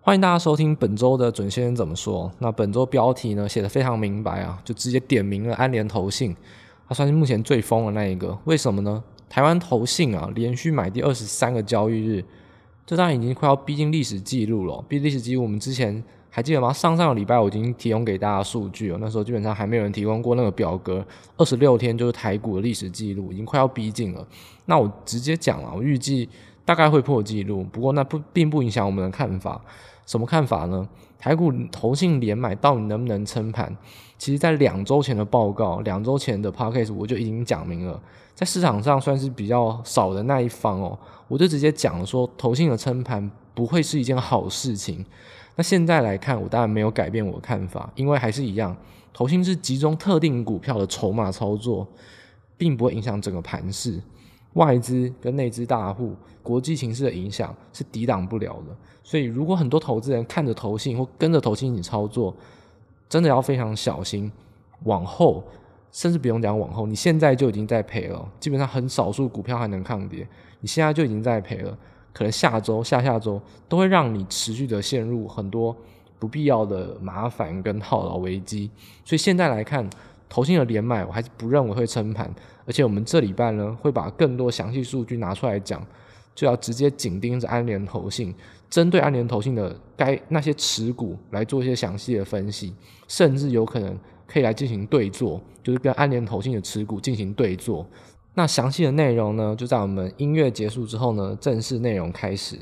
欢迎大家收听本周的准先生怎么说。那本周标题呢写得非常明白啊，就直接点名了安联投信，它算是目前最疯的那一个。为什么呢？台湾投信啊连续买第23个交易日，这当然已经快要逼近历史记录了。毕竟历史记录我们之前还记得吗？上个礼拜我已经提供给大家数据了，那时候基本上还没有人提供过那个表格，26天就是台股的历史记录，已经快要逼近了。那我直接讲了，我预计大概会破纪录，不过那并不影响我们的看法。什么看法呢？台股投信连买到底能不能撑盘？其实在2周前的报告，2周前的 podcast 我就已经讲明了，在市场上算是比较少的那一方哦，我就直接讲了说投信的撑盘不会是一件好事情。那现在来看，我当然没有改变我的看法，因为还是一样，投信是集中特定股票的筹码操作，并不会影响整个盘势。外资跟内资大户国际情势的影响是抵挡不了的，所以如果很多投资人看着投信或跟着投信一起操作，真的要非常小心。往后甚至不用讲往后，你现在就已经在赔了，基本上很少数股票还能抗跌，你现在就已经在赔了，可能下周下下周都会让你持续的陷入很多不必要的麻烦跟套牢危机。所以现在来看，投信的连买我还是不认为会撑盘，而且我们这礼拜呢会把更多详细数据拿出来讲，就要直接紧盯着安联投信，针对安联投信的那些持股来做一些详细的分析，甚至有可能可以来进行对做，就是跟安联投信的持股进行对做。那详细的内容呢，就在我们音乐结束之后呢，正式内容开始。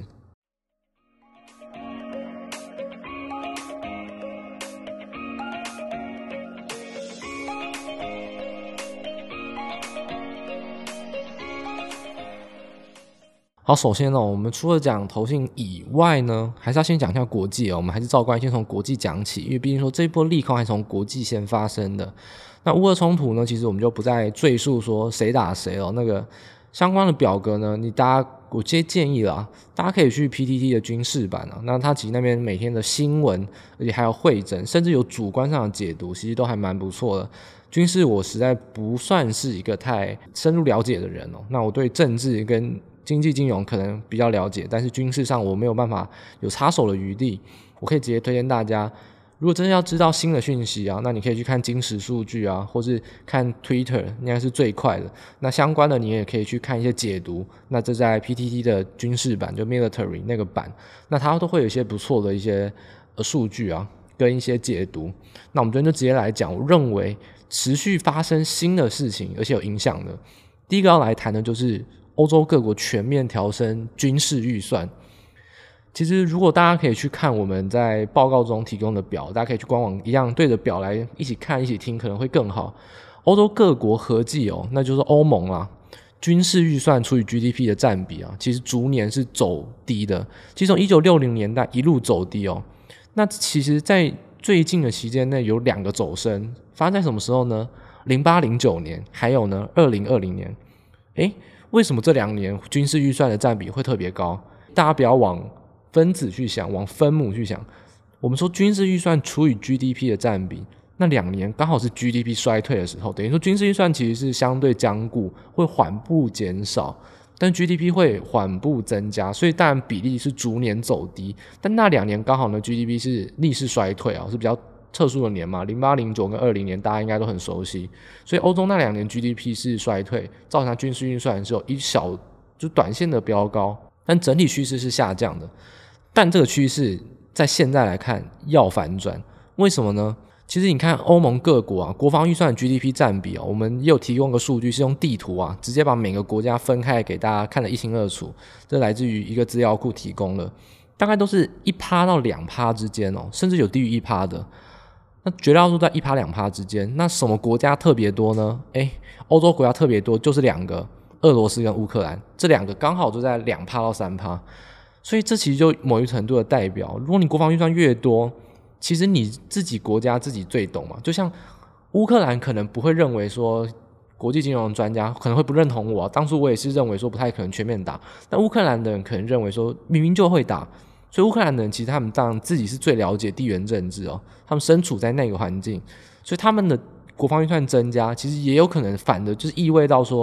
好，首先呢，我们除了讲投信以外呢，还是要先讲一下国际哦。我们还是照惯先从国际讲起，因为毕竟说这一波利空还是从国际先发生的。那乌俄冲突呢，其实我们就不再赘述说谁打谁了。那个相关的表格呢，我直接建议啦，大家可以去 PTT 的军事版啊。那它其实那边每天的新闻，而且还有会诊，甚至有主观上的解读，其实都还蛮不错的。军事我实在不算是一个太深入了解的人哦。那我对政治跟经济金融可能比较了解，但是军事上我没有办法有插手的余地。我可以直接推荐大家，如果真的要知道新的讯息啊，那你可以去看金石数据啊，或是看 Twitter， 应该是最快的。那相关的你也可以去看一些解读，那这在 PTT 的军事版就 Military 那个版，那它都会有一些不错的一些数据啊跟一些解读。那我们这边就直接来讲，我认为持续发生新的事情而且有影响的，第一个要来谈的就是欧洲各国全面调升军事预算。其实如果大家可以去看我们在报告中提供的表，大家可以去官网一样对着表来一起看一起听，可能会更好。欧洲各国合计那就是欧盟啦，军事预算除以 GDP 的占比啊，其实逐年是走低的。其实从1960年代一路走低那其实在最近的期间内有2个走升，发生在什么时候呢？08、09年，还有呢2020年。为什么这2年军事预算的占比会特别高？大家不要往分子去想，往分母去想。我们说军事预算除以 GDP 的占比，那2年刚好是 GDP 衰退的时候，等于说军事预算其实是相对僵固，会缓步减少，但 GDP 会缓步增加，所以当然比例是逐年走低。但那2年刚好呢 GDP 是逆势衰退是比较特殊的年嘛，08、09跟20年大家应该都很熟悉，所以欧洲那2年 GDP 是衰退，造成它军事预算是有一小就短线的飙高，但整体趋势是下降的。但这个趋势在现在来看要反转，为什么呢？其实你看欧盟各国国防预算的 GDP 占比我们也有提供个数据，是用地图直接把每个国家分开给大家看得一清二楚，这来自于一个资料库提供的，大概都是 1% 到 2% 之间甚至有低于 1% 的。那绝大多数在 1%、2% 之间。那什么国家特别多呢？欧洲国家特别多，就是2个，俄罗斯跟乌克兰，这2个刚好就在 2% 到 3%。所以这其实就某一程度的代表，如果你国防预算越多，其实你自己国家自己最懂嘛。就像乌克兰可能不会认为说，国际金融专家可能会不认同我当初我也是认为说不太可能全面打，但乌克兰的人可能认为说明明就会打。所以乌克兰人其实他们当然自己是最了解地缘政治他们身处在那个环境，所以他们的国防预算增加，其实也有可能反的，就是意味到说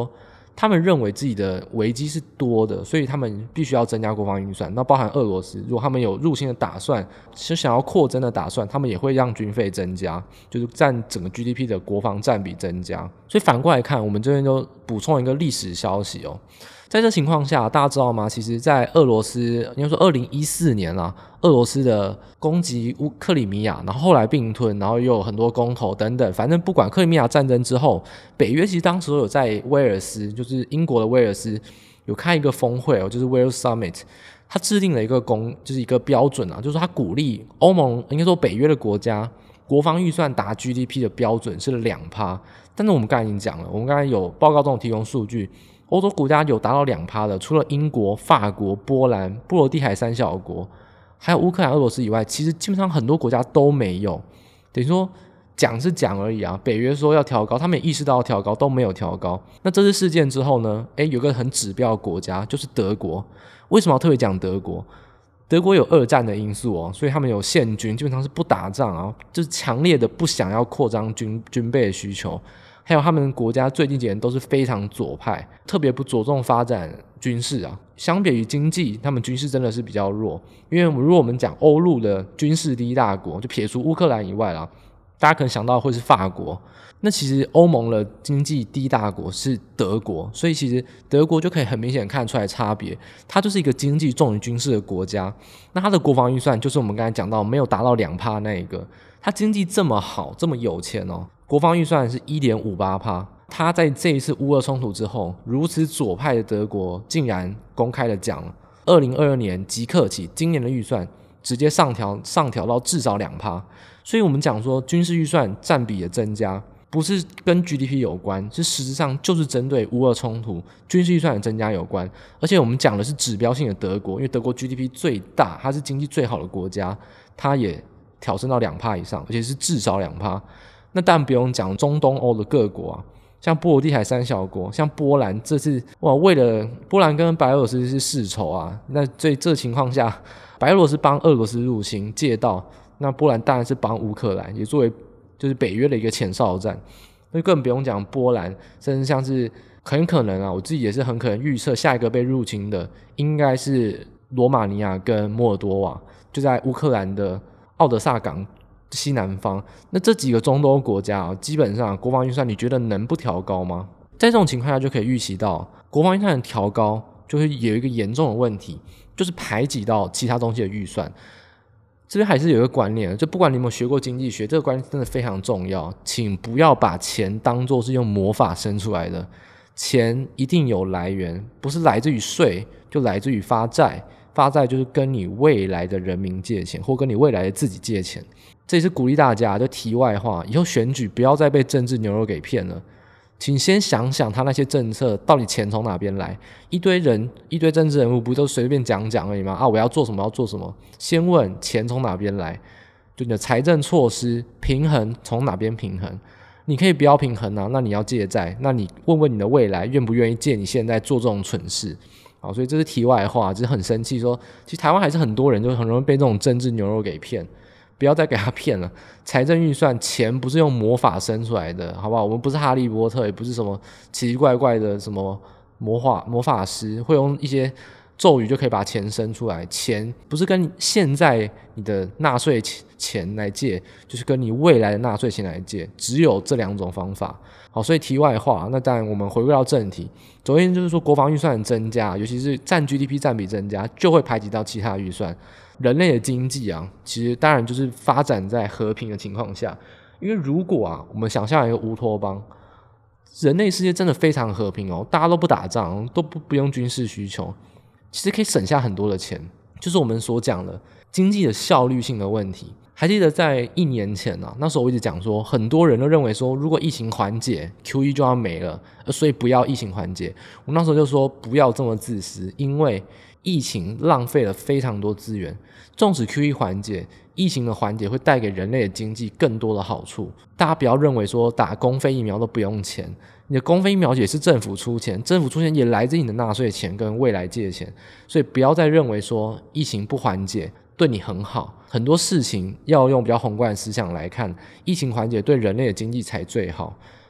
他们认为自己的危机是多的，所以他们必须要增加国防预算。那包含俄罗斯，如果他们有入侵的打算，是想要扩增的打算，他们也会让军费增加，就是占整个 GDP 的国防占比增加。所以反过来看，我们这边就补充一个历史消息哦。在这情况下，大家知道吗？其实在俄罗斯应该说2014年啦，俄罗斯的攻击克里米亚，然后后来并吞，然后又有很多公投等等，反正不管克里米亚战争之后，北约其实当时有在威尔斯，就是英国的威尔斯有开一个峰会哦，就是 Wales Summit， 他制定了一个就是一个标准啊，就是说他鼓励欧盟，应该说北约的国家国防预算达 GDP 的标准是2%，但是我们刚才已经讲了，我们刚才有报告中提供数据。欧洲国家有达到2%的，除了英国、法国、波兰、波罗的海3小国，还有乌克兰、俄罗斯以外，其实基本上很多国家都没有。等于说讲是讲而已啊，北约说要调高，他们也意识到要调高，都没有调高。那这次事件之后呢？有个很指标的国家就是德国。为什么要特别讲德国？德国有2战的因素哦，所以他们有宪军，基本上是不打仗啊，就是强烈的不想要扩张军备的需求。还有他们国家最近几年都是非常左派，特别不着重发展军事啊。相比于经济，他们军事真的是比较弱。因为如果我们讲欧陆的军事第一大国，就撇除乌克兰以外啦，大家可能想到会是法国。那其实欧盟的经济第一大国是德国，所以其实德国就可以很明显看出来差别。它就是一个经济重于军事的国家，那它的国防预算就是我们刚才讲到没有达到2%那一个。它经济这么好，这么有钱哦。国防预算是 1.58%， 他在这一次乌俄冲突之后，如此左派的德国竟然公开的讲，2022年即刻起，今年的预算直接上调到至少2%。所以我们讲说军事预算占比的增加，不是跟 GDP 有关，是实质上就是针对乌俄冲突军事预算的增加有关。而且我们讲的是指标性的德国，因为德国 GDP 最大，它是经济最好的国家，它也调升到2%以上，而且是至少2%。那当然不用讲中东欧的各国啊，像波罗的海3小国，像波兰，这次为了波兰跟白俄罗斯是世仇啊，那这情况下，白俄罗斯帮俄罗斯入侵借道，那波兰当然是帮乌克兰，也作为就是北约的一个前哨战。那更不用讲波兰，甚至像是很可能啊，我自己也是很可能预测下一个被入侵的应该是罗马尼亚跟摩尔多瓦，就在乌克兰的奥德萨港西南方。那这几个中东国家啊，基本上国防预算你觉得能不调高吗？在这种情况下就可以预期到国防预算的调高就会有一个严重的问题，就是排挤到其他东西的预算。这边还是有一个观念，就不管你有没有学过经济学，这个观念真的非常重要，请不要把钱当作是用魔法生出来的。钱一定有来源，不是来自于税，就来自于发债。发债就是跟你未来的人民借钱，或跟你未来的自己借钱。这也是鼓励大家，就题外话，以后选举不要再被政治牛肉给骗了。请先想想他那些政策到底钱从哪边来。一堆政治人物不都随便讲而已吗？我要做什么要做什么，先问钱从哪边来，就你的财政措施平衡从哪边平衡。你可以不要平衡啊，那你要借债，那你问问你的未来愿不愿意借你现在做这种蠢事。好，所以这是题外话，只是很生气说，其实台湾还是很多人就很容易被这种政治牛肉给骗，不要再给他骗了。财政预算钱不是用魔法生出来的，好不好？我们不是哈利波特，也不是什么奇奇怪怪的什么魔法师，会用一些咒语就可以把钱生出来。钱不是跟现在你的纳税钱来借，就是跟你未来的纳税钱来借，只有这2种方法。好，所以题外话，那当然我们回归到正题。首先就是说，国防预算的增加，尤其是占 GDP 占比增加，就会排挤到其他预算。人类的经济啊，其实当然就是发展在和平的情况下。因为如果我们想象一个乌托邦，人类世界真的非常和平哦，大家都不打仗，都不用军事需求，其实可以省下很多的钱。就是我们所讲的经济的效率性的问题。还记得在1年前那时候我一直讲说，很多人都认为说，如果疫情缓解 ，QE 就要没了，所以不要疫情缓解。我那时候就说不要这么自私，因为疫情浪费了非常多资源。纵使 QE 缓解，疫情的缓解会带给人类的经济更多的好处。大家不要认为说打公费疫苗都不用钱，你的公费疫苗也是政府出钱，政府出钱也来自你的纳税钱跟未来借钱。所以不要再认为说疫情不缓解对你很好，很多事情要用比较宏观的思想来看，疫情缓解对人类的经济才最好。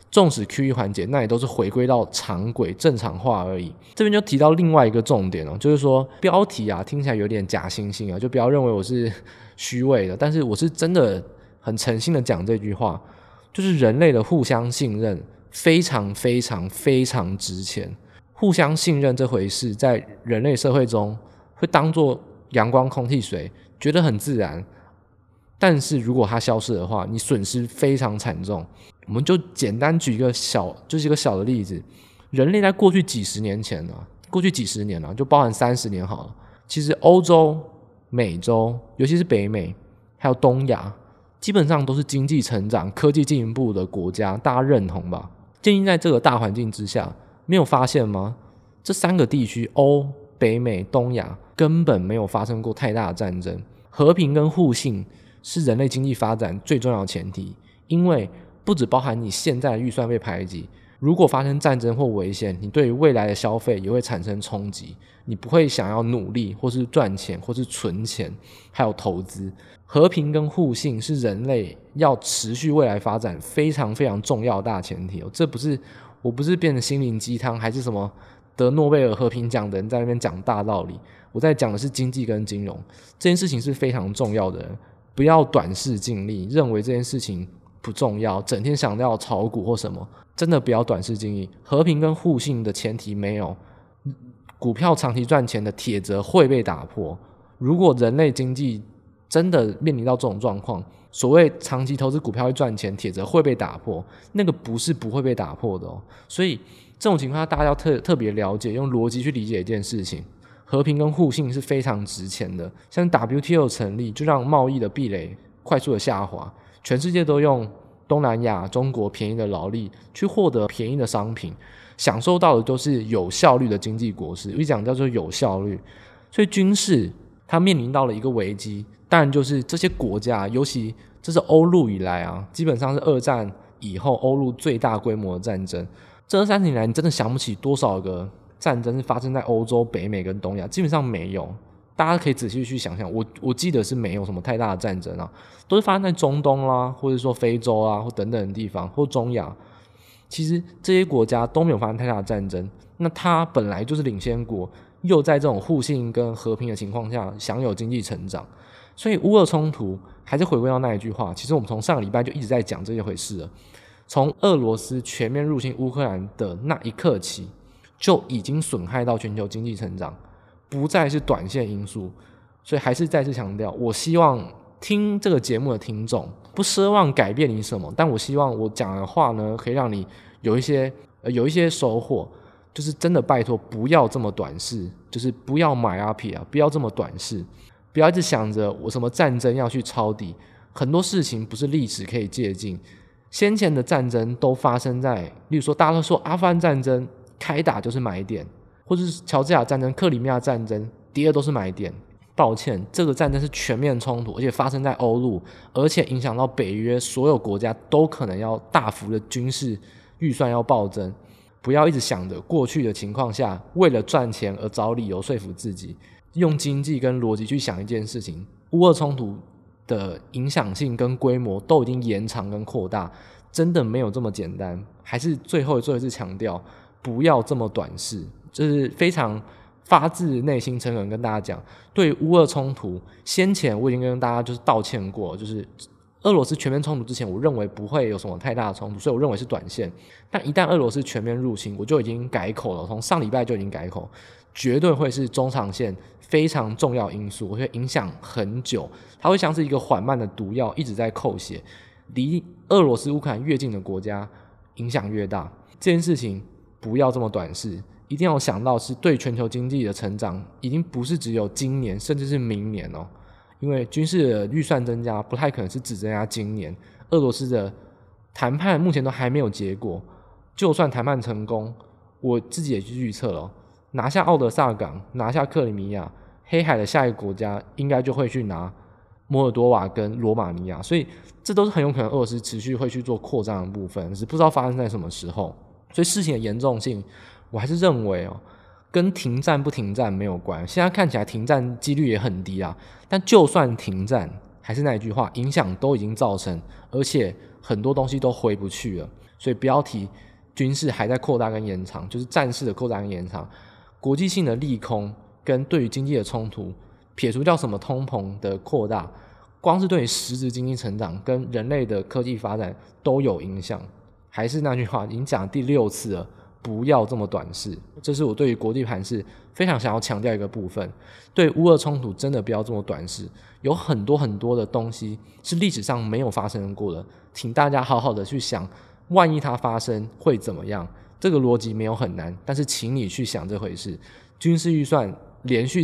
纵使 QE 缓解，那也都是回归到常轨正常化而已。这边就提到另外一个重点就是说标题听起来有点假惺惺就不要认为我是虚伪的，但是我是真的很诚心的讲这句话，就是人类的互相信任非常非常非常值钱。互相信任这回事在人类社会中会当作阳光空气水，觉得很自然，但是如果它消失的话，你损失非常惨重。我们就简单举一个小的例子，人类在过去几十年前就包含30年好了，其实欧洲、美洲，尤其是北美还有东亚，基本上都是经济成长、科技进步的国家，大家认同吧？建立在这个大环境之下，没有发现吗？这3个地区欧、北美、东亚根本没有发生过太大的战争，和平跟互信是人类经济发展最重要的前提，因为不只包含你现在的预算被排挤，如果发生战争或危险，你对于未来的消费也会产生冲击，你不会想要努力或是赚钱或是存钱还有投资。和平跟互信是人类要持续未来发展非常非常重要的大前提我不是变成心灵鸡汤还是什么得诺贝尔和平奖的人在那边讲大道理，我在讲的是经济跟金融，这件事情是非常重要的，不要短视近利，认为这件事情不重要，整天想要炒股或什么，真的不要短视近利。和平跟互信的前提没有，股票长期赚钱的铁则会被打破。如果人类经济真的面临到这种状况，所谓长期投资股票会赚钱，铁则会被打破，那个不是不会被打破的所以这种情况下，大家要特别了解，用逻辑去理解一件事情。和平跟互信是非常值钱的，像 WTO 成立就让贸易的壁垒快速的下滑，全世界都用东南亚、中国便宜的劳力去获得便宜的商品，享受到的都是有效率的经济果实，一讲叫做有效率。所以军事它面临到了一个危机，当然就是这些国家，尤其这是欧陆以来基本上是2战以后欧陆最大规模的战争。这30年来你真的想不起多少个战争是发生在欧洲、北美跟东亚，基本上没有。大家可以仔细去想想，我记得是没有什么太大的战争都是发生在中东啦，或者说非洲或等等的地方，或中亚。其实这些国家都没有发生太大的战争，那它本来就是领先国，又在这种互信跟和平的情况下享有经济成长。所以乌俄冲突还是回归到那一句话，其实我们从上个礼拜就一直在讲这一回事了。从俄罗斯全面入侵乌克兰的那一刻起，就已经损害到全球经济成长，不再是短线因素。所以还是再次强调，我希望听这个节目的听众不奢望改变你什么，但我希望我讲的话呢，可以让你有一些收获。就是真的拜托不要这么短视，就是不要买屁不要这么短视，不要一直想着我什么战争要去抄底，很多事情不是历史可以借鉴。先前的战争都发生在，例如说大家都说阿富汗战争开打就是买点，或者是乔治亚战争、克里米亚战争跌的都是买点。抱歉，这个战争是全面冲突，而且发生在欧陆，而且影响到北约所有国家都可能要大幅的军事预算要暴增。不要一直想着过去的情况下为了赚钱而找理由说服自己，用经济跟逻辑去想一件事情。乌俄冲突的影响性跟规模都已经延长跟扩大，真的没有这么简单。还是最后一次强调，不要这么短视，就是非常发自内心诚恳跟大家讲，对乌俄冲突先前我已经跟大家就是道歉过，就是俄罗斯全面冲突之前，我认为不会有什么太大的冲突，所以我认为是短线。但一旦俄罗斯全面入侵，我就已经改口了，从上礼拜就已经改口，绝对会是中长线非常重要因素，会影响很久，它会像是一个缓慢的毒药，一直在扣血，离俄罗斯乌克兰越近的国家影响越大。这件事情不要这么短视，一定要想到是对全球经济的成长已经不是只有今年甚至是明年因为军事的预算增加不太可能是只增加今年，俄罗斯的谈判目前都还没有结果，就算谈判成功，我自己也去预测了，拿下奥德萨港，拿下克里米亚，黑海的下一个国家应该就会去拿摩尔多瓦跟罗马尼亚，所以这都是很有可能俄罗斯持续会去做扩张的部分，只是不知道发生在什么时候。所以事情的严重性，我还是认为跟停战不停战没有关，现在看起来停战几率也很低但就算停战，还是那一句话，影响都已经造成，而且很多东西都回不去了。 所以不要提军事还在扩大跟延长，就是战事的扩大跟延长，国际性的利空跟对于经济的冲突，撇除掉什么通膨的扩大，光是对于实质经济成长跟人类的科技发展都有影响。还是那句话，已经讲第6次了，不要这么短视，这是我对于国际盘势非常想要强调一个部分。对乌俄冲突真的不要这么短视，有很多很多的东西是历史上没有发生过的，请大家好好的去想，万一它发生会怎么样。这个逻辑没有很难，但是请你去想这回事。军事预算连续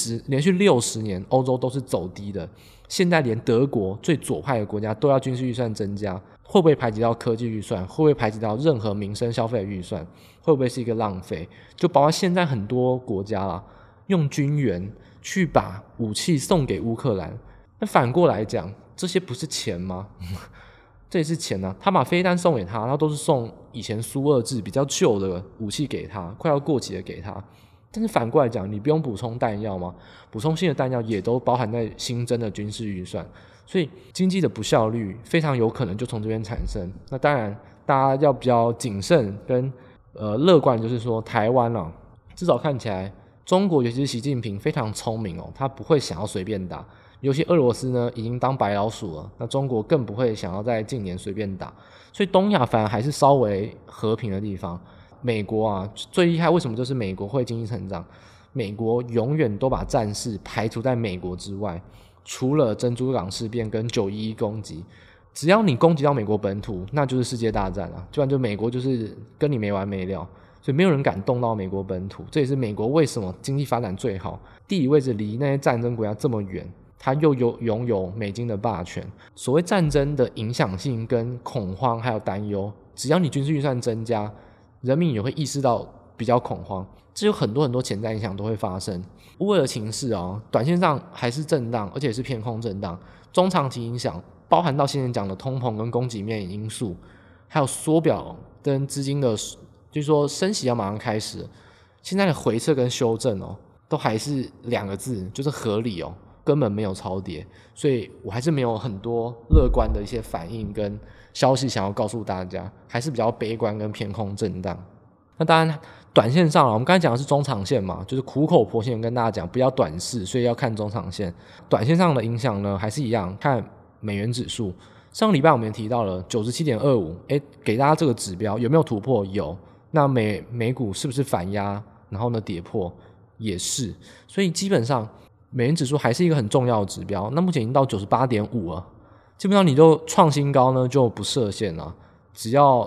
60年欧洲都是走低的，现在连德国最左派的国家都要军事预算增加，会不会排挤到科技预算？会不会排挤到任何民生消费的预算？会不会是一个浪费？就包括现在很多国家啦，用军援去把武器送给乌克兰，那反过来讲，这些不是钱吗？这也是钱啊，他把飞弹送给他，他都是送以前苏俄制比较旧的武器给他，快要过期的给他。但是反过来讲，你不用补充弹药吗？补充新的弹药也都包含在新增的军事预算，所以经济的不效率非常有可能就从这边产生。那当然，大家要比较谨慎跟乐观，就是说台湾啊，至少看起来中国尤其是习近平非常聪明哦，他不会想要随便打。尤其俄罗斯呢已经当白老鼠了，那中国更不会想要在近年随便打，所以东亚反而还是稍微和平的地方。美国啊最厉害，为什么就是美国会经济成长？美国永远都把战事排除在美国之外，除了珍珠港事变跟911攻击，只要你攻击到美国本土，那就是世界大战啊，不然就美国就是跟你没完没了。所以没有人敢动到美国本土，这也是美国为什么经济发展最好，地理位置离那些战争国家这么远，它又拥有美金的霸权。所谓战争的影响性跟恐慌还有担忧，只要你军事预算增加，人民也会意识到比较恐慌，这有很多很多潜在影响都会发生。乌俄的情势啊，短线上还是震荡，而且是偏空震荡，中长期影响包含到现在讲的通膨跟供给面因素，还有缩表跟资金的，就是说升息要马上开始，现在的回撤跟修正哦，都还是2个字，就是合理哦，根本没有超跌，所以我还是没有很多乐观的一些反应跟消息想要告诉大家，还是比较悲观跟偏空震荡。那当然短线上我们刚才讲的是中长线嘛，就是苦口婆心跟大家讲不要短视，所以要看中长线。短线上的影响呢还是一样，看美元指数。上个礼拜我们也提到了 97.25， 给大家这个指标有没有突破？有。那美股是不是反压，然后呢跌破？也是。所以基本上美元指数还是一个很重要的指标，那目前已经到 98.5 了，基本上你就创新高呢就不设限了，只要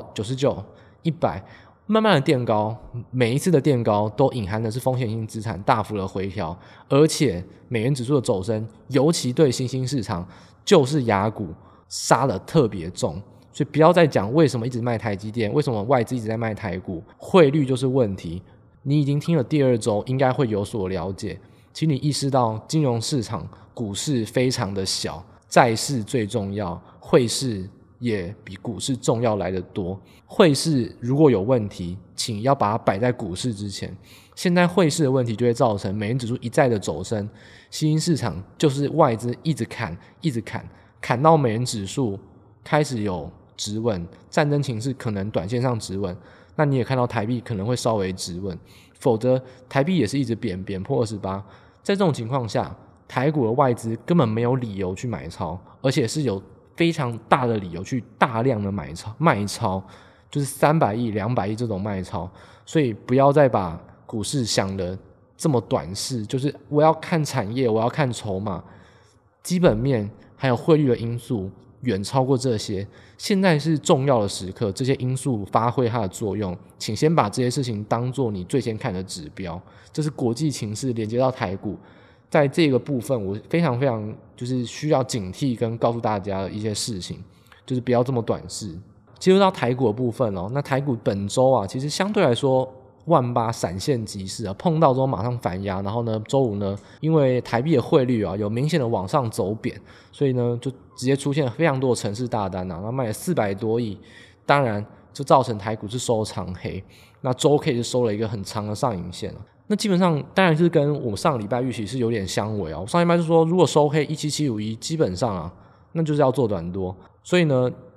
99、100慢慢的垫高，每一次的垫高都隐含的是风险性资产大幅的回调，而且美元指数的走升，尤其对新兴市场就是亚股杀得特别重，所以不要再讲为什么一直卖台积电，为什么外资一直在卖台股，汇率就是问题。你已经听了第2周，应该会有所了解，请你意识到金融市场股市非常的小，债市最重要，汇市也比股市重要来得多。汇市如果有问题，请要把它摆在股市之前。现在汇市的问题就会造成美元指数一再的走升，新兴市场就是外资一直砍到美元指数开始有止稳，战争情势可能短线上止稳，那你也看到台币可能会稍微止稳，否则台币也是一直贬破28。在这种情况下，台股的外资根本没有理由去买超，而且是有非常大的理由去大量的卖超，就是300亿、200亿这种卖超。所以不要再把股市想的这么短视，就是我要看产业，我要看筹码，基本面还有汇率的因素远超过这些。现在是重要的时刻，这些因素发挥它的作用，请先把这些事情当作你最先看的指标。这是国际情势连接到台股，在这个部分我非常非常就是需要警惕跟告诉大家的一些事情，就是不要这么短视。进入到台股的部分哦，那台股本周啊，其实相对来说18000闪现即逝啊，碰到之后马上反压，然后呢周五呢，因为台币的汇率啊有明显的往上走贬，所以呢就直接出现了非常多的程式大单啊，然后卖了400多亿，当然就造成台股是收长黑，那周 K 就收了一个很长的上影线啊。那基本上当然是跟我上个礼拜预期是有点相违啊。我上礼拜就说如果收黑17751，基本上啊那就是要做短多，所以呢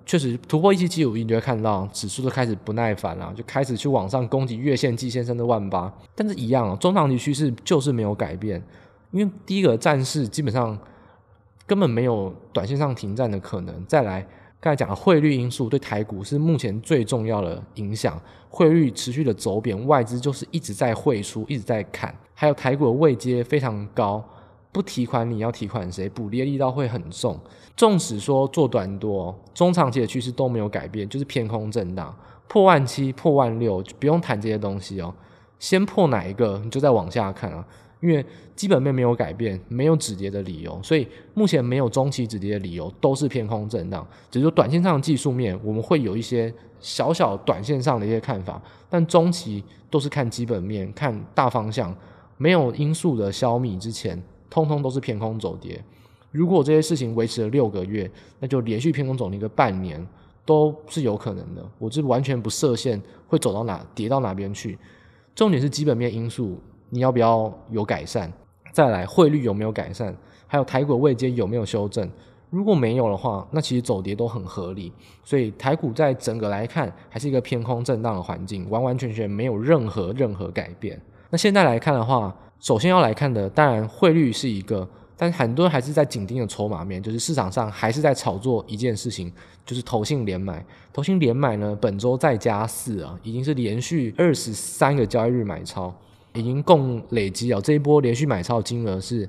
确实突破17751，你就会看到指数就开始不耐烦了，就开始去往上攻击月线、季线甚至18000。但是一样中长期趋势就是没有改变，因为第一个战事基本上根本没有短线上停战的可能。再来，刚才讲的汇率因素对台股是目前最重要的影响，汇率持续的走贬，外资就是一直在汇出，一直在砍，还有台股的位阶非常高，不提款你要提款谁，补跌力道会很重。纵使说做短多，中长期的趋势都没有改变，就是偏空震荡，破17000、破16000就不用谈这些东西哦。先破哪一个，你就再往下看啊，因为基本面没有改变，没有止跌的理由，所以目前没有中期止跌的理由，都是偏空震荡。只是说短线上的技术面，我们会有一些小小短线上的一些看法，但中期都是看基本面、看大方向，没有因素的消弭之前，通通都是偏空走跌。如果这些事情维持了6个月，那就连续偏空走一个半年都是有可能的。我是完全不设限会走到哪跌到哪边去，重点是基本面因素你要不要有改善，再来汇率有没有改善，还有台股位阶有没有修正。如果没有的话，那其实走跌都很合理。所以台股在整个来看还是一个偏空震荡的环境，完完全全没有任何改变。那现在来看的话，首先要来看的当然汇率是一个，但是很多人还是在紧盯的筹码面，就是市场上还是在炒作一件事情，就是投信连买。投信连买呢，本周再加4啊，已经是连续23个交易日买超，已经共累积这一波连续买超的金额是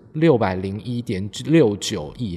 601.69亿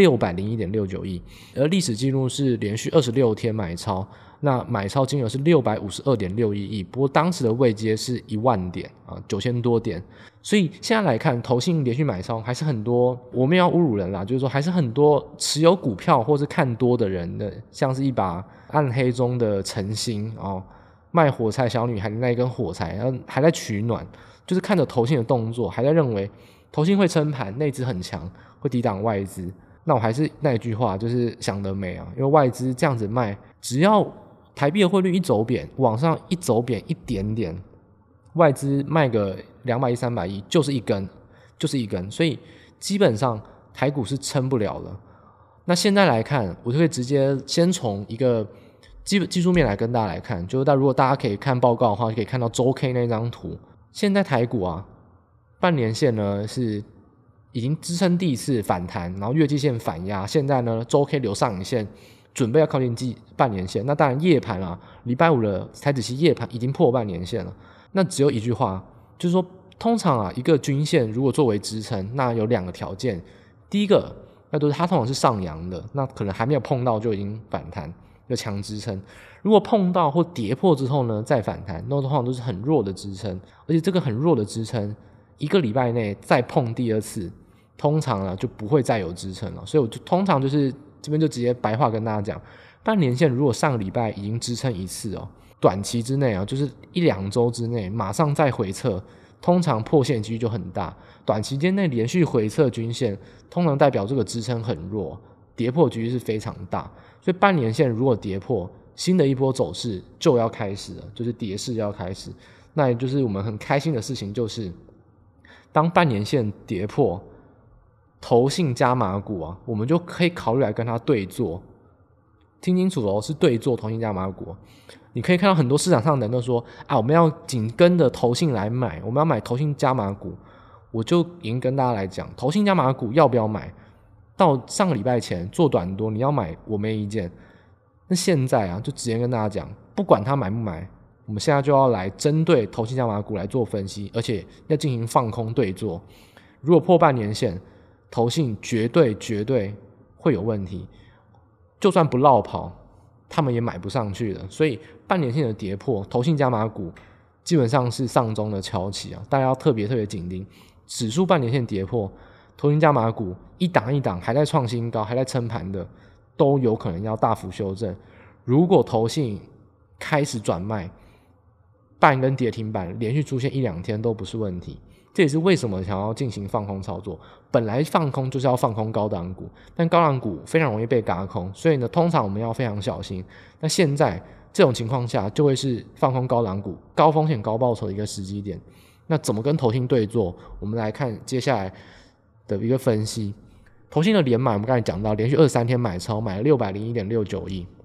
，601.69亿，而历史记录是连续26天买超，那买超金额是652.61亿，不过当时的位阶是10000点啊，9000多点。所以现在来看，投信连续买超还是很多，我们要侮辱人啦，就是说还是很多持有股票或是看多的人的，像是一把暗黑中的晨星哦，卖火柴小女孩的那一根火柴，然后还在取暖，就是看着投信的动作，还在认为投信会撑盘，内资很强，会抵挡外资。那我还是那一句话，就是想得美啊，因为外资这样子卖，只要台币的汇率一走贬，往上一走贬一点点，外资卖个200亿、300亿就是一根，所以基本上台股是撑不了了。那现在来看，我就可以直接先从一个技术面来跟大家来看，就是如果大家可以看报告的话，就可以看到周 K 那张图。现在台股啊，半年线呢是已经支撑第一次反弹，然后月季线反压，现在呢周 K 留上影线，准备要靠近半年线。那当然夜盘啊，礼拜五的台指期夜盘已经破半年线了。那只有一句话，就是说通常啊，一个均线如果作为支撑，那有2个条件。第一个，那都是它通常是上扬的，那可能还没有碰到就已经反弹，就强支撑。如果碰到或跌破之后呢，再反弹，那通常都是很弱的支撑，而且这个很弱的支撑，1个礼拜内再碰第2次，通常啊就不会再有支撑了。所以我就通常就是这边就直接白话跟大家讲，半年线如果上个礼拜已经支撑1次哦，短期之内啊，就是1-2周之内马上再回撤，通常破线几率就很大。短期间内连续回撤均线，通常代表这个支撑很弱，跌破几率是非常大。所以半年线如果跌破，新的一波走势就要开始了，就是跌势要开始。那也就是我们很开心的事情，就是当半年线跌破，投信加码股啊，我们就可以考虑来跟它对做。听清楚哦，是对做投信加码股。你可以看到很多市场上的人都说啊，我们要紧跟着投信来买，我们要买投信加码股。我就已经跟大家来讲，投信加码股要不要买？到上个礼拜前做短多，你要买我没意见。那现在啊，就直接跟大家讲，不管他买不买，我们现在就要来针对投信加码股来做分析，而且要进行放空对做。如果破半年线，投信绝对会有问题，就算不落跑，他们也买不上去了。所以半年线的跌破，投信加码股基本上是上中的敲起啊，大家要特别紧盯。指数半年线跌破，投信加码股一档一档还在创新高，还在撑盘的，都有可能要大幅修正。如果投信开始转卖，半根跌停板连续出现1-2天都不是问题。这也是为什么想要进行放空操作。本来放空就是要放空高档股，但高档股非常容易被軋空，所以呢，通常我们要非常小心。那现在这种情况下，就会是放空高档股、高风险高报酬的一个时机点。那怎么跟投信对做？我们来看接下来的一个分析。投信的连买，我们刚才讲到，连续23天买超，买了601.69亿。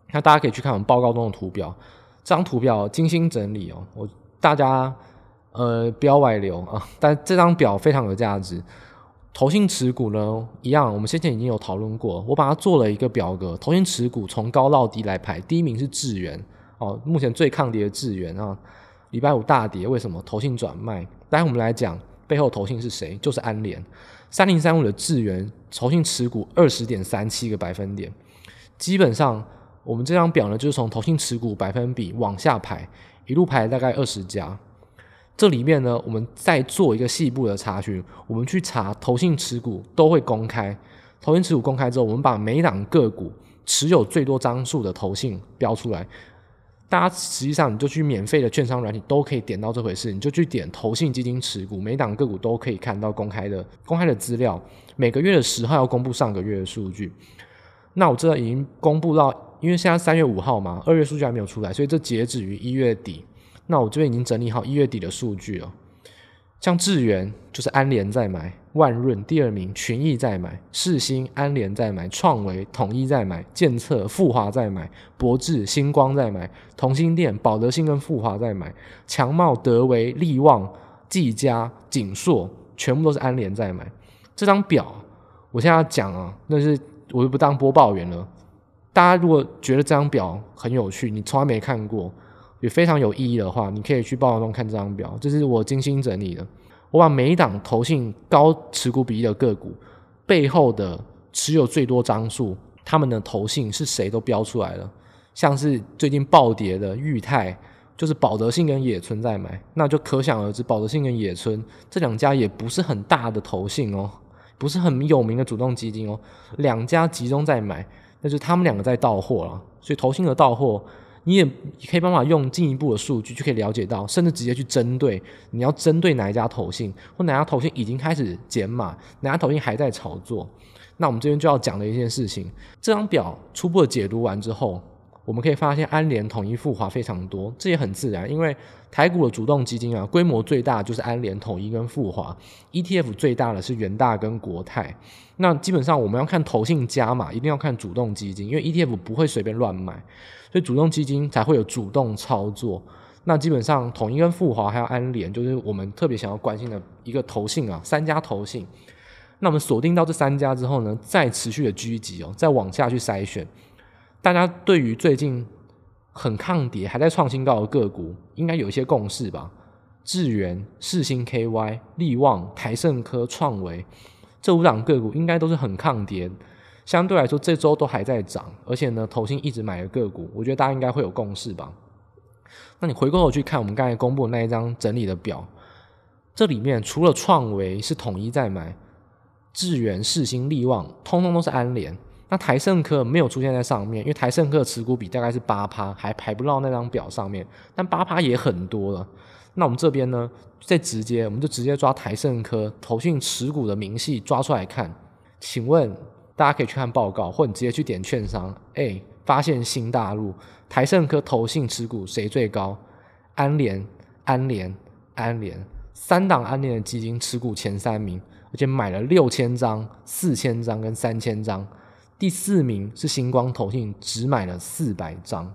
那大家可以去看我们报告中的图表，这张图表精心整理哦，大家不要外流啊，但这张表非常有价值。投信持股呢，一样，我们先前已经有讨论过，我把它做了一个表格，投信持股从高到低来排，第一名是智原哦，目前最抗跌的智原啊，礼拜五大跌，为什么？投信转卖。待会我们来讲背后投信是谁，就是安联3035的智原，投信持股 20.37 个百分点，基本上我们这张表呢，就是从投信持股百分比往下排，一路排大概20家。这里面呢，我们再做一个细部的查询，我们去查投信持股都会公开，投信持股公开之后，我们把每一档个股持有最多张数的投信标出来。大家实际上你就去免费的券商软体都可以点到这回事，你就去点投信基金持股，每一档个股都可以看到公开的资料。每个月的10号要公布上个月的数据，那我这已经公布到，因为现在3月5号嘛，2月数据还没有出来，所以这截止于1月底。那我这边已经整理好1月底的数据了，像智原就是安联在买，万润第2名，群益在买，世新、安联在买，创维、统一在买，建策、富华在买，博智、星光在买，同心电、保德信跟富华在买，强茂、德微、力旺、技嘉、景硕全部都是安联在买。这张表我现在要讲啊，那是我就不当播报员了。大家如果觉得这张表很有趣，你从来没看过，也非常有意义的话，你可以去报告中看这张表，这是我精心整理的。我把每一档投信高持股比例的个股背后的持有最多张数，他们的投信是谁都标出来了。像是最近暴跌的裕泰，就是保德信跟野村在买，那就可想而知，保德信跟野村这两家也不是很大的投信哦，不是很有名的主动基金哦，两家集中在买，那就是他们两个在到货了。所以投信的到货，你也可以办法用进一步的数据就可以了解到，甚至直接去针对你要针对哪一家投信，或哪家投信已经开始减码，哪家投信还在炒作。那我们这边就要讲的一件事情，这张表初步的解读完之后，我们可以发现安联、统一、富华非常多，这也很自然，因为台股的主动基金啊，规模最大就是安联、统一跟富华， ETF 最大的是元大跟国泰。那基本上我们要看投信加码，一定要看主动基金，因为 ETF 不会随便乱买，所以主动基金才会有主动操作。那基本上统一跟富华还有安联，就是我们特别想要关心的一个投信啊，3家投信。那我们锁定到这3家之后呢，再持续的狙击再往下去筛选。大家对于最近很抗跌还在创新高的个股应该有一些共识吧，智原、世新 KY、力旺、台盛科、创维这5档个股应该都是很抗跌，相对来说这周都还在涨，而且呢投信一直买的个股，我觉得大家应该会有共识吧。那你回过头去看我们刚才公布的那一张整理的表，这里面除了创维是统一在买，智原、世新、力旺通通都是安联。那台盛科没有出现在上面，因为台盛科持股比大概是 8%， 还排不到那张表上面，但 8% 也很多了。那我们这边呢，我们就直接抓台盛科投信持股的明细抓出来看。请问大家可以去看报告，或你直接去点券商，发现新大陆台盛科投信持股谁最高？安联，3档安联的基金持股前3名，而且买了6000张、4000张跟3000张。第4名是星光投信，只买了400张，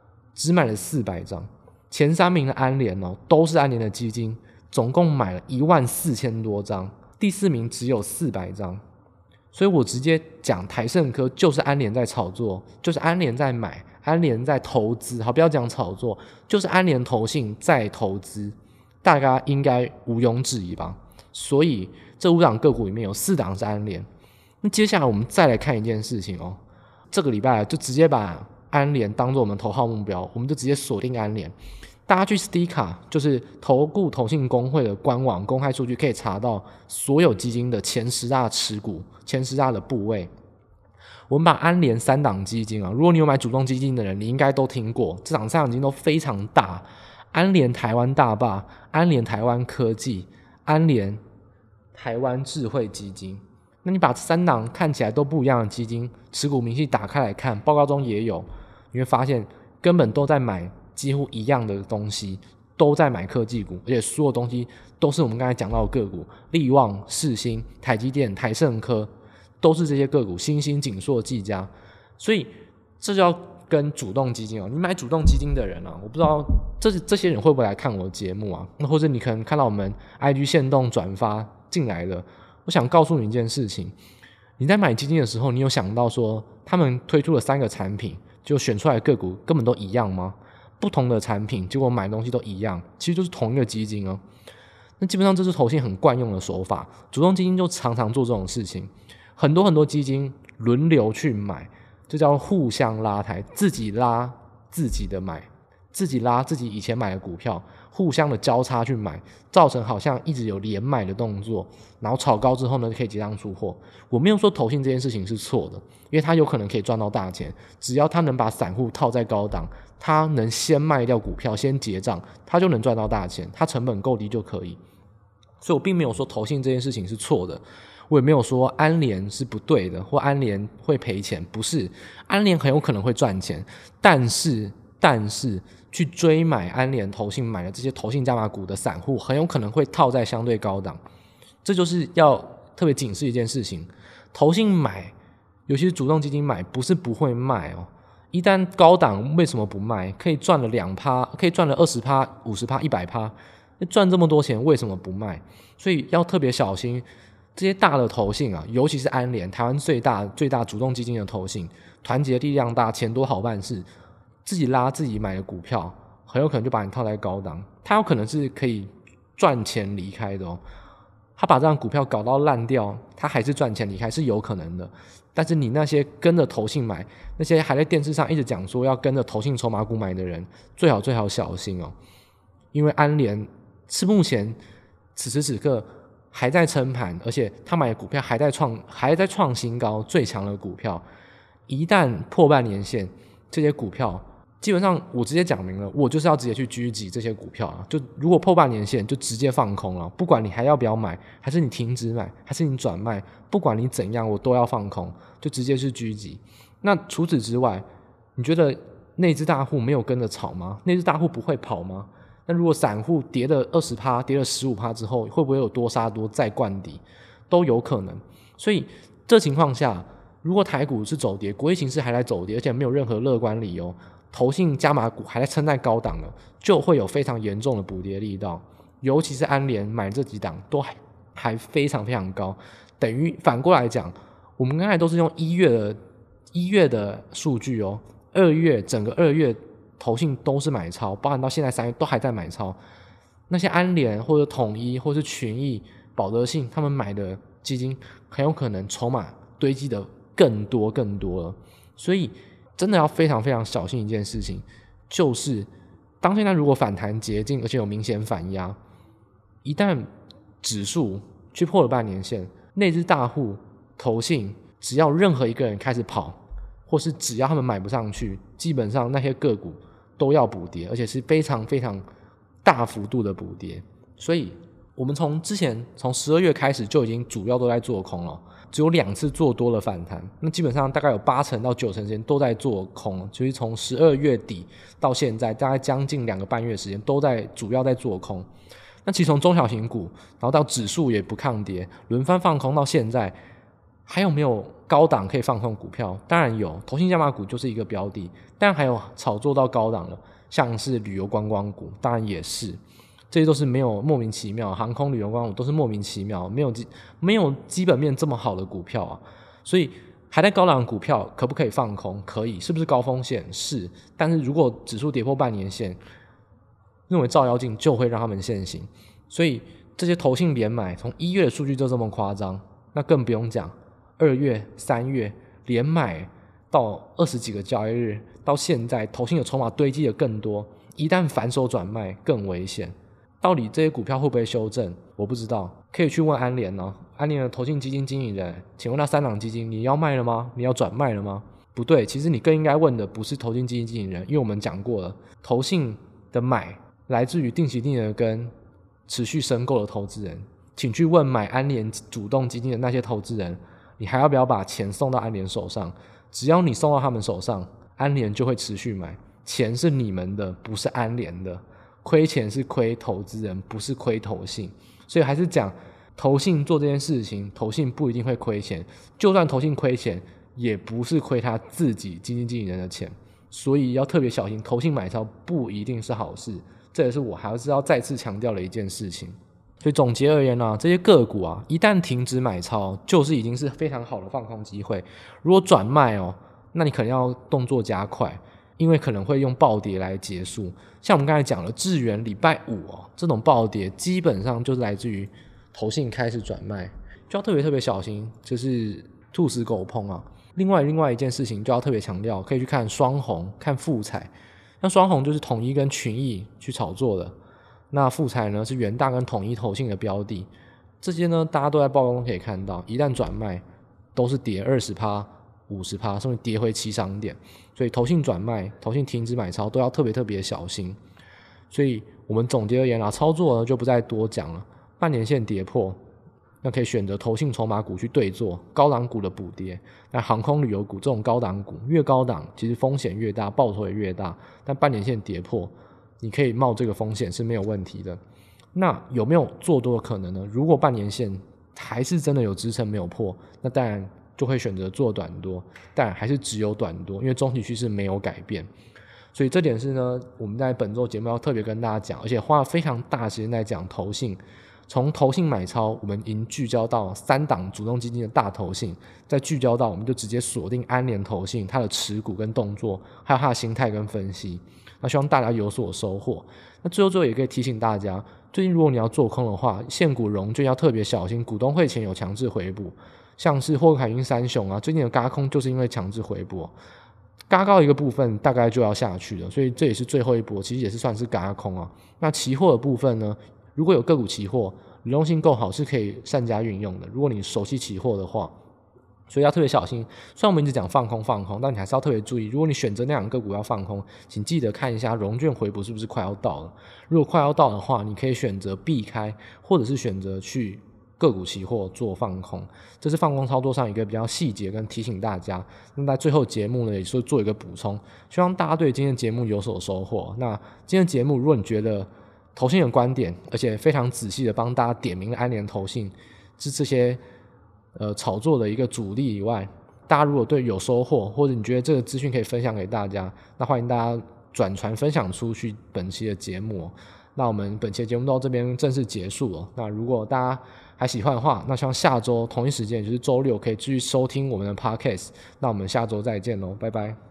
前3名的安联都是安联的基金，总共买了14000多张，第4名只有400张。所以我直接讲台盛科就是安联在炒作，就是安联在买，安联在投资，好，不要讲炒作，就是安联投信在投资，大家应该毋庸置疑吧。所以这5档个股里面有4档是安联。那接下来我们再来看一件事情这个礼拜就直接把安联当作我们头号目标，我们就直接锁定安联。大家去 Stika 就是投顾投信公会的官网公开数据，可以查到所有基金的前10大持股、前10大的部位。我们把安联3档基金如果你有买主动基金的人，你应该都听过，这档3档基金都非常大，安联台湾大霸、安联台湾科技、安联台湾智慧基金。那你把3档看起来都不一样的基金持股明细打开来看，报告中也有，你会发现根本都在买几乎一样的东西，都在买科技股，而且所有东西都是我们刚才讲到的个股，力旺、世新、台积电、台盛科都是这些个股，新兴、景硕、技嘉。所以这就要跟主动基金你买主动基金的人我不知道这些人会不会来看我的节目那或者你可能看到我们 IG 限动转发进来的，我想告诉你一件事情，你在买基金的时候，你有想到说他们推出了3个产品，就选出来的个股根本都一样吗？不同的产品结果买的东西都一样，其实就是同一个基金那基本上这是投信很惯用的手法，主动基金就常常做这种事情，很多基金轮流去买，这叫互相拉抬，自己拉自己的买，自己拉自己以前买的股票，互相的交叉去买，造成好像一直有连买的动作，然后炒高之后呢可以结账出货。我没有说投信这件事情是错的，因为他有可能可以赚到大钱，只要他能把散户套在高档，他能先卖掉股票先结账，他就能赚到大钱，他成本够低就可以。所以我并没有说投信这件事情是错的，我也没有说安联是不对的，或安联会赔钱，不是，安联很有可能会赚钱，但是去追买安联投信买的这些投信加码股的散户，很有可能会套在相对高档，这就是要特别警示一件事情，投信买，尤其是主动基金买，不是不会卖一旦高档为什么不卖？可以赚了 2%， 可以赚了 20%、50%、100%，赚这么多钱为什么不卖？所以要特别小心这些大的投信尤其是安联，台湾最大主动基金的投信，团结力量大，钱多好办事，自己拉自己买的股票，很有可能就把你套在高档，他有可能是可以赚钱离开的他把这张股票搞到烂掉，他还是赚钱离开是有可能的。但是你那些跟着投信买，那些还在电视上一直讲说要跟着投信筹码股买的人，最好小心因为安联是目前此时此刻还在撑盘，而且他买的股票还在创新高，最强的股票，一旦破半年线，这些股票基本上我直接讲明了，我就是要直接去狙击这些股票就如果破半年线就直接放空了，不管你还要不要买，还是你停止买，还是你转卖，不管你怎样我都要放空，就直接是狙击。那除此之外，你觉得内资大户没有跟着炒吗？内资大户不会跑吗？那如果散户跌了 20%， 跌了 15% 之后，会不会有多杀多再灌底？都有可能。所以这情况下，如果台股是走跌，国际形势还在走跌，而且没有任何乐观理由，投信加码股还在撑在高档了，就会有非常严重的补跌力道。尤其是安联买这几档都还非常非常高，等于反过来讲，我们刚才都是用一月的数据2月整个2月投信都是买超，包含到现在3月都还在买超。那些安联或者统一或是群益、保德信他们买的基金，很有可能筹码堆积的更多了。所以真的要非常非常小心一件事情，就是当现在如果反弹捷径，而且有明显反压，一旦指数去破了半年线，内资大户、投信只要任何一个人开始跑，或是只要他们买不上去，基本上那些个股都要补跌，而且是非常非常大幅度的补跌。所以我们从12月开始就已经主要都在做空了，只有2次做多了反弹，那基本上大概有80%到90%时间都在做空，就是从12月底到现在大概将近2个半月时间都在主要在做空。那其实从中小型股然后到指数也不抗跌，轮番放空到现在，还有没有高档可以放空股票？当然有，投信加码股就是一个标的，但还有炒作到高档了，像是旅游观光股，当然也是，这些都是没有莫名其妙，航空旅游观光股都是莫名其妙，没有基本面这么好的股票所以还在高档的股票可不可以放空？可以。是不是高风险？是。但是如果指数跌破半年线，认为照妖镜就会让他们现形，所以这些投信连买，从1月的数据就这么夸张，那更不用讲2月、3月连买到20几个交易日，到现在投信的筹码堆积的更多，一旦反手转卖更危险。到底这些股票会不会修正？我不知道，可以去问安联安联的投信基金经理人，请问那3档基金你要卖了吗？你要转卖了吗？不对，其实你更应该问的不是投信基金经理人，因为我们讲过了，投信的买来自于定期定额跟持续申购的投资人，请去问买安联主动基金的那些投资人，你还要不要把钱送到安联手上？只要你送到他们手上，安联就会持续买，钱是你们的，不是安联的，亏钱是亏投资人，不是亏投信。所以还是讲投信做这件事情，投信不一定会亏钱，就算投信亏钱，也不是亏他自己基金经理人的钱， 所以要特别小心，投信买超不一定是好事，这也是我还是要再次强调的一件事情。所以总结而言这些个股一旦停止买超，就是已经是非常好的放空机会。如果转卖那你可能要动作加快，因为可能会用暴跌来结束。像我们刚才讲了，智原礼拜五这种暴跌基本上就是来自于投信开始转卖，就要特别小心，就是兔死狗烹另外一件事情就要特别强调，可以去看双红、看富彩。像双红就是统一跟群益去炒作的，那富彩呢是元大跟统一投信的标的，这些呢大家都在报告中可以看到，一旦转卖都是跌 20%、50%， 甚至跌回起涨点，所以投信转卖、投信停止买超都要特别小心。所以我们总结而言操作呢就不再多讲了。半年线跌破，那可以选择投信筹码股去对做高档股的补跌。那航空旅游股这种高档股，越高档其实风险越大，报酬也越大，但半年线跌破，你可以冒这个风险是没有问题的。那有没有做多的可能呢？如果半年线还是真的有支撑没有破，那当然就会选择做短多，但还是只有短多，因为中期趋势没有改变。所以这点是呢，我们在本周节目要特别跟大家讲，而且花了非常大的时间在讲投信。从投信买超，我们已经聚焦到3档主动基金的大投信，再聚焦到我们就直接锁定安联投信它的持股跟动作，还有它的心态跟分析。那希望大家有所收获。那最后也可以提醒大家，最近如果你要做空的话，现股融券要特别小心，股东会前有强制回补，像是货柜海运三雄最近的軋空就是因为强制回补，軋高一个部分大概就要下去了，所以这也是最后一波，其实也是算是軋空那期货的部分呢，如果有个股期货流动性够好，是可以善加运用的。如果你熟悉期货的话，所以要特别小心。虽然我们一直讲放空，但你还是要特别注意，如果你选择那两个股要放空，请记得看一下融券回补是不是快要到了。如果快要到的话，你可以选择避开，或者是选择去个股期货做放空。这是放空操作上一个比较细节跟提醒大家。那在最后节目呢，也是做一个补充，希望大家对今天的节目有所收获。那今天的节目，如果你觉得投信的观点，而且非常仔细的帮大家点明了安联投信是这些炒作的一个主力以外，大家如果对有收获，或者你觉得这个资讯可以分享给大家，那欢迎大家转传分享出去本期的节目那我们本期的节目到这边正式结束了。那如果大家还喜欢的话，那希望下周同一时间，就是周六可以继续收听我们的 Podcast。那我们下周再见咯，拜拜。